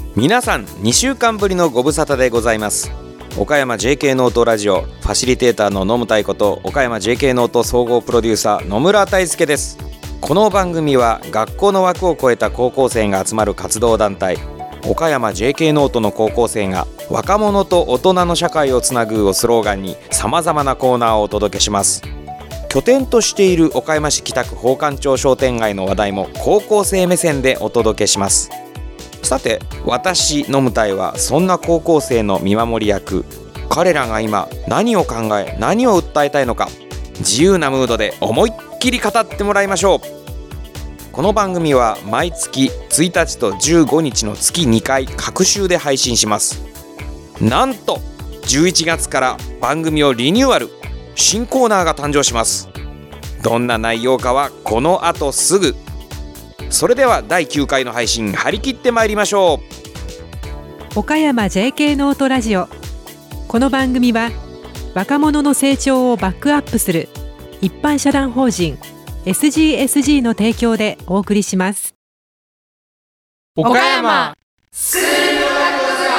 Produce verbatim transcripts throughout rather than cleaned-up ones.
皆さんにしゅうかんぶりのご無沙汰でございます。岡山 ジェーケー ノートラジオファシリテーターの野村太子と岡山 ジェーケー ノート総合プロデューサー野村大輔です。この番組は学校の枠を超えた高校生が集まる活動団体岡山 ジェーケー ノートの高校生が若者と大人の社会をつなぐをスローガンに様々なコーナーをお届けします。拠点としている岡山市北区宝冠町商店街の話題も高校生目線でお届けします。さて、私野村はそんな高校生の見守り役、彼らが今何を考え何を訴えたいのか、自由なムードで思いっきり語ってもらいましょう。この番組は毎月ついたちとじゅうごにちの月にかい各週で配信します。なんとじゅういちがつから番組をリニューアル、新コーナーが誕生します。どんな内容かはこの後すぐ。それではだいきゅうかいの配信、張り切ってまいりましょう。岡山 ジェーケー ノートラジオ。この番組は若者の成長をバックアップする一般社団法人 エスジーエスジー の提供でお送りします。 岡山スクールプロダ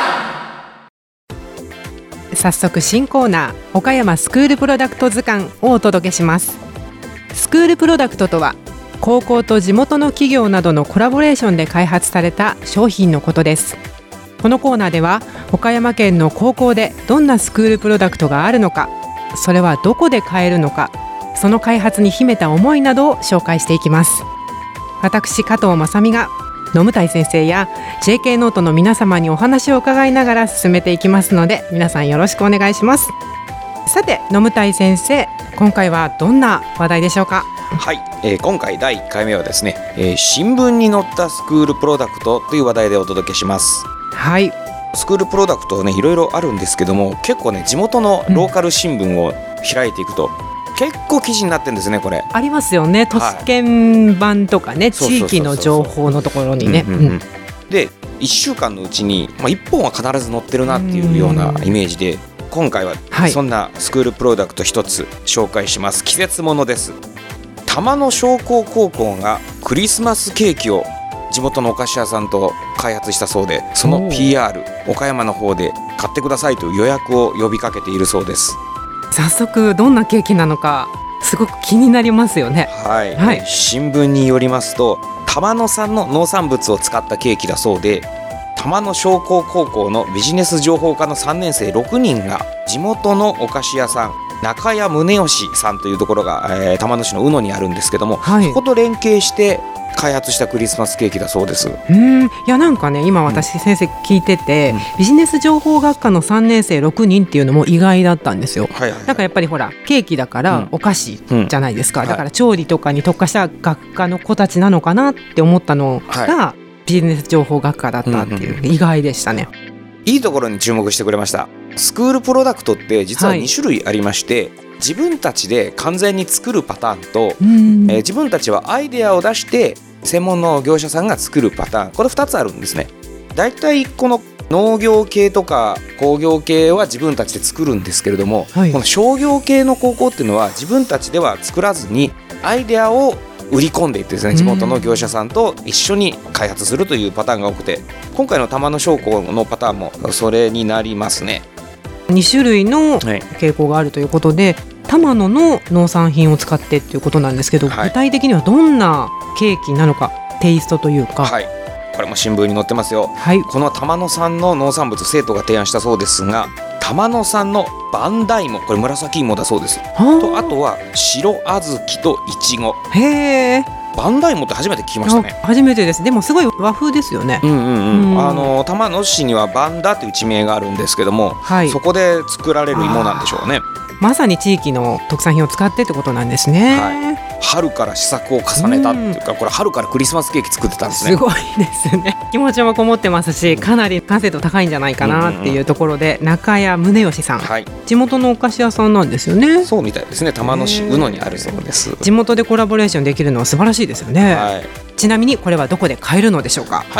クト図鑑。早速新コーナー、岡山スクールプロダクト図鑑をお届けします。スクールプロダクトとは、高校と地元の企業などのコラボレーションで開発された商品のことです。このコーナーでは岡山県の高校でどんなスクールプロダクトがあるのか、それはどこで買えるのか、その開発に秘めた思いなどを紹介していきます。私加藤正美が野村先生や ジェーケー ノートの皆様にお話を伺いながら進めていきますので、皆さんよろしくお願いします。さて野村先生、今回はどんな話題でしょうか？ はい、えー、今回だいいっかいめはですね、えー、新聞に載ったスクールプロダクトという話題でお届けします。 はい、 スクールプロダクトね、いろいろあるんですけども、結構ね地元のローカル新聞を開いていくと、うん、結構記事になってるんですね。これありますよね。都市圏版とかね、はい、地域の情報のところにね。 でいっしゅうかんのうちに、まあ、いっぽんは必ず載ってるなっていうようなイメージで、今回はそんなスクールプロダクト一つ紹介します。季節ものです。玉野商工高校がクリスマスケーキを地元のお菓子屋さんと開発したそうで、その ピーアール 岡山の方で買ってくださいという予約を呼びかけているそうです。 早速どんなケーキなのかすごく気になりますよね。 はい、はい、新聞によりますと、玉野産の農産物を使ったケーキだそうで、玉野商工高校のビジネス情報科のさんねんせいろくにんが地元のお菓子屋さん中谷宗義さんというところが、えー、玉野市の宇野にあるんですけども、はい、そこと連携して開発したクリスマスケーキだそうです。 うん、いやなんかね、今私先生聞いてて、うん、ビジネス情報学科のさんねんせいろくにんっていうのも意外だったんですよ。はいはいはい、なんかやっぱりほらケーキだからお菓子じゃないですか、うんうん、だから調理とかに特化した学科の子たちなのかなって思ったのが、はい、ビジネス情報学科だったっていう、うんうん、意外でしたね。 いいところに注目してくれました。スクールプロダクトって実はにしゅるいありまして、はい、自分たちで完全に作るパターンと、えー、自分たちはアイデアを出して専門の業者さんが作るパターン、これふたつあるんですね。だいたいこの農業系とか工業系は自分たちで作るんですけれども、はい、この商業系の高校っていうのは自分たちでは作らずにアイデアを売り込んでいってですね、地元の業者さんと一緒に開発するというパターンが多くて、今回の玉野商工のパターンもそれになりますね。 にしゅるいの傾向があるということで、はい、玉野の農産品を使ってっていうことなんですけど、はい、具体的にはどんなケーキなのか、テイストというか。はい、 これも新聞に載ってますよ。はい、この玉野産の農産物、生徒が提案したそうですが、玉野産の番台芋、これ紫芋だそうです。とあとは白小豆といちご。へー、番台芋って初めて聞きましたね。 初めてです。でもすごい和風ですよね。 うんうんうん、あの玉野市には番田という地名があるんですけども、はい、そこで作られる芋なんでしょうね。 まさに地域の特産品を使ってってことなんですね。 はい、春から試作を重ねたっていうか、これ春からクリスマスケーキ作ってたんですね。 すごいですね。気持ちもこもってますし、かなり完成度高いんじゃないかなっていうところで、うんうんうん、中谷宗義さん、はい、地元のお菓子屋さんなんですよね。 そうみたいですね。玉野市宇野にあるそうです。 地元でコラボレーションできるのは素晴らしいですよね。はい、ちなみにこれはどこで買えるのでしょうか？ はい、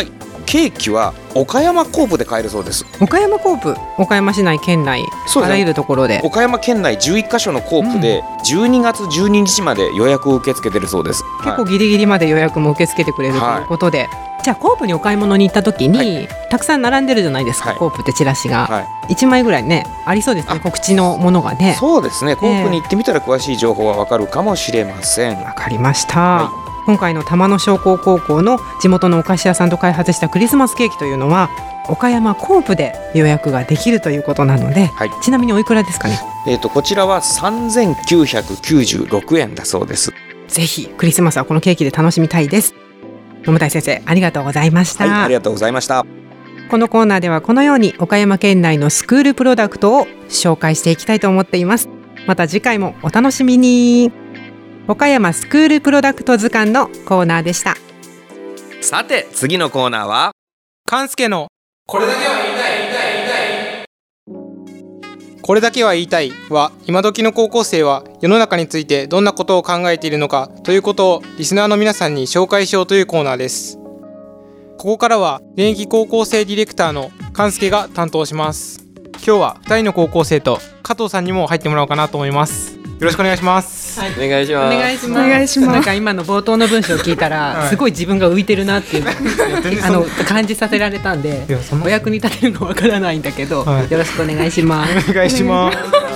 ケーキは岡山コープで買えるそうです。 岡山コープ、岡山市内県内そうですね、 あらゆるところで岡山県内じゅういっかしょのコープでじゅうにがつじゅうににちまで予約を受け付けてるそうです。 結構はい、 ギリギリまで予約も受け付けてくれるということで、はい、じゃあコープにお買い物に行った時に、はい、たくさん並んでるじゃないですか、はい、コープってチラシが、はい、いちまいぐらいねありそうですね、告知のものがね。 そうですね、コープに行ってみたら詳しい情報はわかるかもしれません。 わかりました、 はい、 今回の玉野商工高校の地元のお菓子屋さんと開発したクリスマスケーキというのは岡山コープで予約ができるということなので、はい、ちなみにおいくらですかね。 えーと、こちらはさんぜんきゅうひゃくきゅうじゅうろくえんだそうです。 ぜひクリスマスはこのケーキで楽しみたいです。野村先生ありがとうございました。 はい、ありがとうございました。 このコーナーではこのように岡山県内のスクールプロダクトを紹介していきたいと思っています。また次回もお楽しみに。岡山スクールプロダクト図鑑のコーナーでした。 さて次のコーナーは勘介のこれだけは言いたい言いたい言いたいこれだけは言いたいは、今時の高校生は世の中についてどんなことを考えているのかということをリスナーの皆さんに紹介しようというコーナーです。ここからは現役高校生ディレクターの勘介が担当します。今日はふたりの高校生と加藤さんにも入ってもらおうかなと思います。よろしくお願いします。 はい、お願いします。 お願いします。お願いします。なんか今の冒頭の文章を聞いたら、はい、すごい自分が浮いてるなっていうあの感じさせられたんで、お役に立てるのわからないんだけど、はい、よろしくお願いします。 お願いします。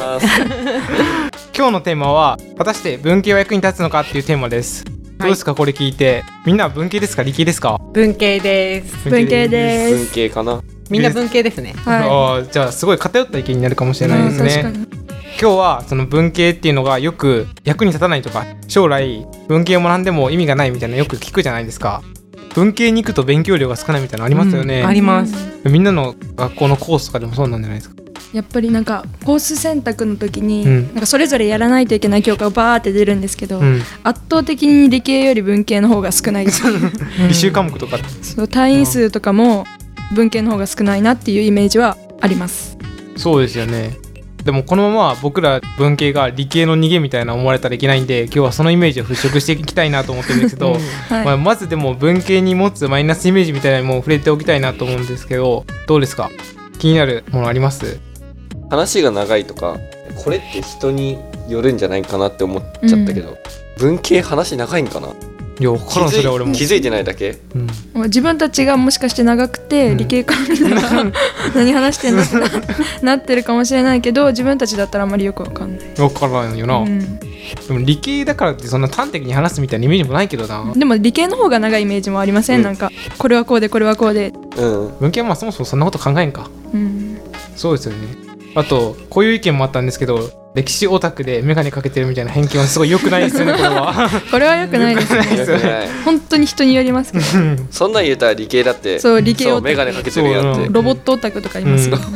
今日のテーマは果たして文系は役に立つのかっていうテーマです。どうですか、はい、これ聞いて。みんな文系ですか理系ですか？ 文系です。 文系です。 文系かな。 みんな文系ですね。 はい、あ、じゃあすごい偏った意見になるかもしれないですね。今日はその文系っていうのがよく役に立たないとか、将来文系を学んでも意味がないみたいなよく聞くじゃないですか。文系に行くと勉強量が少ないみたいなのありますよね、 うん、あります。 みんなの学校のコースとかでもそうなんじゃないですか？ やっぱりなんかコース選択の時に、うん、なんかそれぞれやらないといけない教科がバーって出るんですけど、うん、圧倒的に理系より文系の方が少ないです履修科目とかそう単位数とかも文系の方が少ないなっていうイメージはあります。そうですよね。 でもこのまま僕ら文系が理系の逃げみたいな思われたらいけないんで、今日はそのイメージを払拭していきたいなと思ってるんですけど、はい、まあ、まずでも文系に持つマイナスイメージみたいなのも触れておきたいなと思うんですけど、どうですか？気になるものあります？ 話が長いとか、これって人によるんじゃないかなって思っちゃったけど、うん、文系話長いんかな。 いや、分からん、それは俺も気づいてないだけ、 うん、自分たちがもしかして長くて、うん、理系から見たら何話してんのってなってるかもしれないけど、自分たちだったらあんまりよく分かんない。 分からんよな、うん、でも理系だからってそんな端的に話すみたいなイメージもないけどな。 でも理系の方が長いイメージもありません、うん、なんかこれはこうでこれはこうで、 うん、 文系はまあそもそもそんなこと考えんか、 うん、 そうですよね。あとこういう意見もあったんですけど、歴史オタクでメガネかけてるみたいな偏見はすごい良くないですよねこれはこれは良くないですね本当に人によりますけどそんなん言うたら理系だって、 そう理系オタク、 メガネかけてるやって、 ロボットオタクとかいますよ、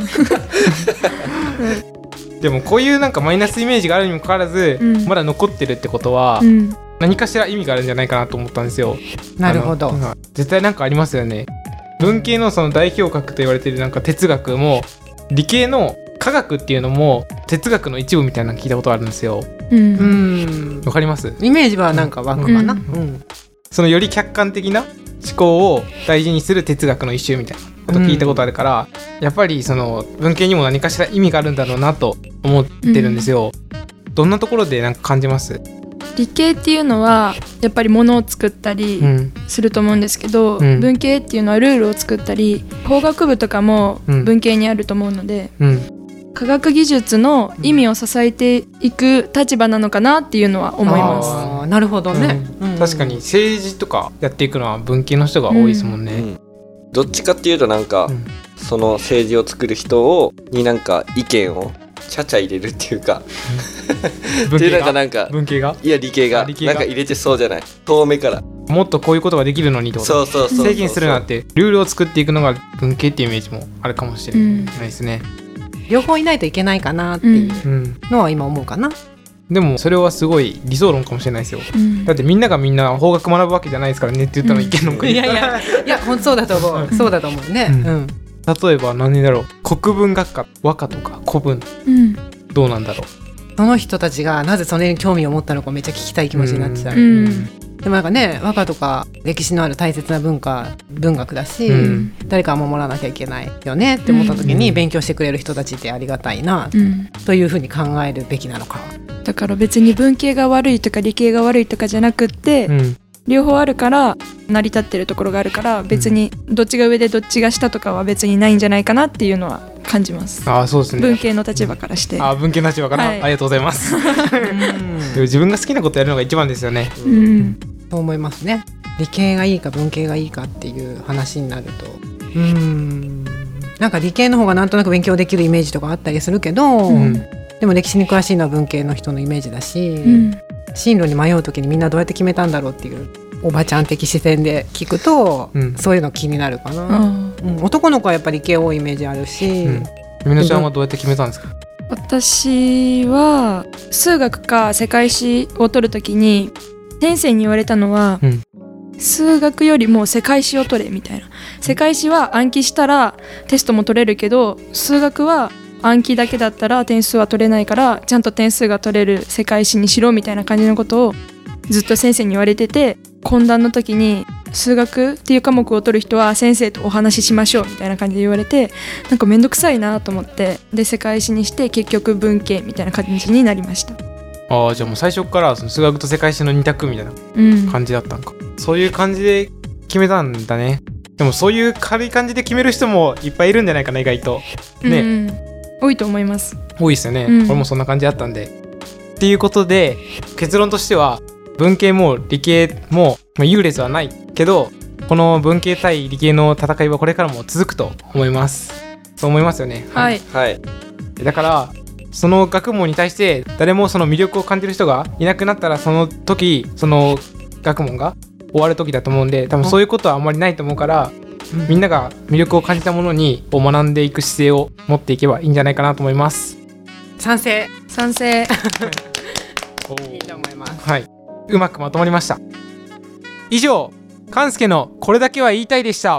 うん、でもこういうなんかマイナスイメージがあるにもかかわらず、うん、まだ残ってるってことは、うん、何かしら意味があるんじゃないかなと思ったんですよ。 なるほど。 絶対なんかありますよね。文系のその代表格と言われているなんか哲学も、理系の科学っていうのも哲学の一部みたいなの聞いたことあるんですよ。 うん、 わかります？ イメージはなんか湧くかな、うんうん、そのより客観的な思考を大事にする哲学の一種みたいなこと聞いたことあるから、うん、やっぱりその文系にも何かしら意味があるんだろうなと思ってるんですよ、うん、どんなところでなんか感じます？ 理系っていうのはやっぱり物を作ったりすると思うんですけど、うん、文系っていうのはルールを作ったり、法学部とかも文系にあると思うので、うん、科学技術の意味を支えていく立場なのかなっていうのは思います。 あ、なるほどね、 うんうん、確かに政治とかやっていくのは文系の人が多いですもんね、うんうん、 どっちかっていうとなんか、うん、その政治を作る人をになんか意見をちゃちゃ入れるっていうかっていうなんかなんか文系がいや理系がなんか入れてそうじゃない、遠目からもっとこういうことができるのにってこと。 そうそうそうそう、 制限するなってルールを作っていくのが文系っていうイメージもあるかもしれないですね、 うん、両方いないといけないかなっていうのは今思うかな、うん、 でもそれはすごい理想論かもしれないですよ、うん、だってみんながみんな法学学ぶわけじゃないですからねって言ったの意見の、うん、 いやいやいや本当そうだと思うそうだと思うね、うんうん、 例えば何だろう、国文学科、和歌とか古文、うん、どうなんだろう。 その人たちがなぜそれに興味を持ったのかめっちゃ聞きたい気持ちになってた、うんうん、 でもなんかね、和歌とか歴史のある大切な文化文学だし、うん、誰かは守らなきゃいけないよねって思った時に勉強してくれる人たちってありがたいな、うん、というふうに考えるべきなのか。 だから別に文系が悪いとか理系が悪いとかじゃなくって、うん、両方あるから成り立ってるところがあるから、別にどっちが上でどっちが下とかは別にないんじゃないかなっていうのは感じます。 あ、そうですね。 文系の立場からして。 あ、文系の立場から、はい、ありがとうございます。自分が好きなことやるのが一番ですよね。 うん、そう思いますね。理系がいいか文系がいいかっていう話になると、うーん、なんか理系の方がなんとなく勉強できるイメージとかあったりするけど、うん、でも歴史に詳しいのは文系の人のイメージだし、うん、進路に迷う時にみんなどうやって決めたんだろうっていうおばちゃん的視線で聞くと、うん、そういうの気になるかな、うんうん、男の子はやっぱり理系多いイメージあるし、うん、 みのちゃんはどうやって決めたんですか？ 私は数学か世界史を取るときに先生に言われたのは、うん、数学よりも世界史を取れみたいな。世界史は暗記したらテストも取れるけど、数学は暗記だけだったら点数は取れないから、ちゃんと点数が取れる世界史にしろみたいな感じのことをずっと先生に言われてて、懇談の時に数学っていう科目を取る人は先生とお話ししましょうみたいな感じで言われて、なんかめんどくさいなと思って、で世界史にして結局文系みたいな感じになりました。 ああ、じゃあもう最初からその数学と世界史の二択みたいな感じだったんか、うん、そういう感じで決めたんだね。でもそういう軽い感じで決める人もいっぱいいるんじゃないかな、意外とね、うん、 多いと思います。 多いですよね、うん、俺もそんな感じだったんで。っていうことで結論としては、文系も理系も優劣はないけど、この文系対理系の戦いはこれからも続くと思います。そう思いますよね。 はい、 はい、 だからその学問に対して誰もその魅力を感じる人がいなくなったら、その時その学問が終わる時だと思うんで、多分そういうことはあんまりないと思うから、うん、みんなが魅力を感じたものにを学んでいく姿勢を持っていけばいいんじゃないかなと思います。 賛成賛成いいと思います。 はい、うまくまとまりました。以上、勘介のこれだけは言いたいでした。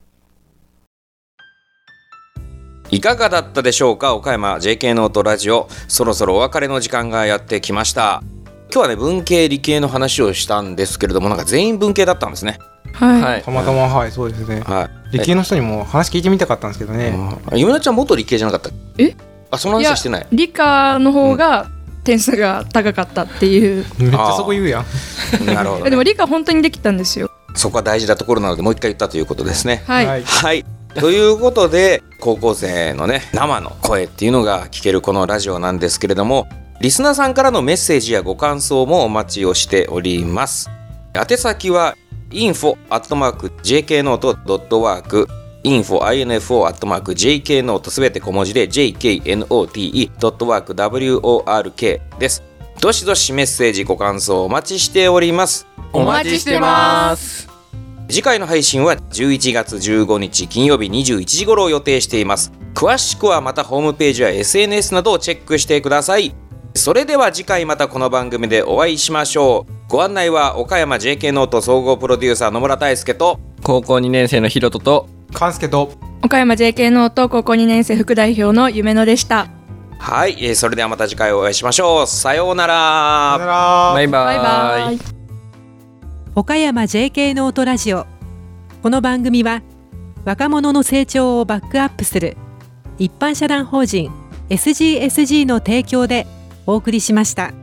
いかがだったでしょうか。岡山 ジェーケー ノートラジオ、そろそろお別れの時間がやってきました。今日はね、文系理系の話をしたんですけれども、なんか全員文系だったんですね。 はい、はい、 たまたま、はい、そうですね、はい、理系の人にも話聞いてみたかったんですけどね。 ゆめなちゃん元理系じゃなかった？ えあ、その話はしてない。い理科の方が点数が高かったっていう、 うん、めっちゃそこ言うやんなるほど、ね、 でも理科本当にできたんですよ。 そこは大事なところなのでもう一回言ったということですね。 はい、はいはい、ということで高校生のね生の声っていうのが聞けるこのラジオなんですけれども、リスナーさんからのメッセージやご感想もお待ちをしております。宛先は インフォ アットマーク ジェーケーノート ドットワーク インフォ アットマーク ジェーケーノート すべて小文字で ジェーケーエヌオーティーイー ドットワーク ダブリューオーアールケー です。どしどしメッセージご感想お待ちしております。 お待ちしてます。 次回の配信はじゅういちがつじゅうごにち金曜日にじゅういちじ頃を予定しています。詳しくはまたホームページや エスエヌエス などをチェックしてください。それでは次回またこの番組でお会いしましょう。ご案内は岡山 ジェーケー ノート総合プロデューサー野村大輔と高校にねん生のひろとと勘介と岡山 ジェーケー ノート高校にねん生副代表の夢野でした。 はい、えー、それではまた次回お会いしましょう。さようなら。 さようなら。 バイバイ。 バイバイ。 岡山 ジェーケー ノートラジオ。この番組は若者の成長をバックアップする一般社団法人 エスジーエスジー の提供でお送りしました。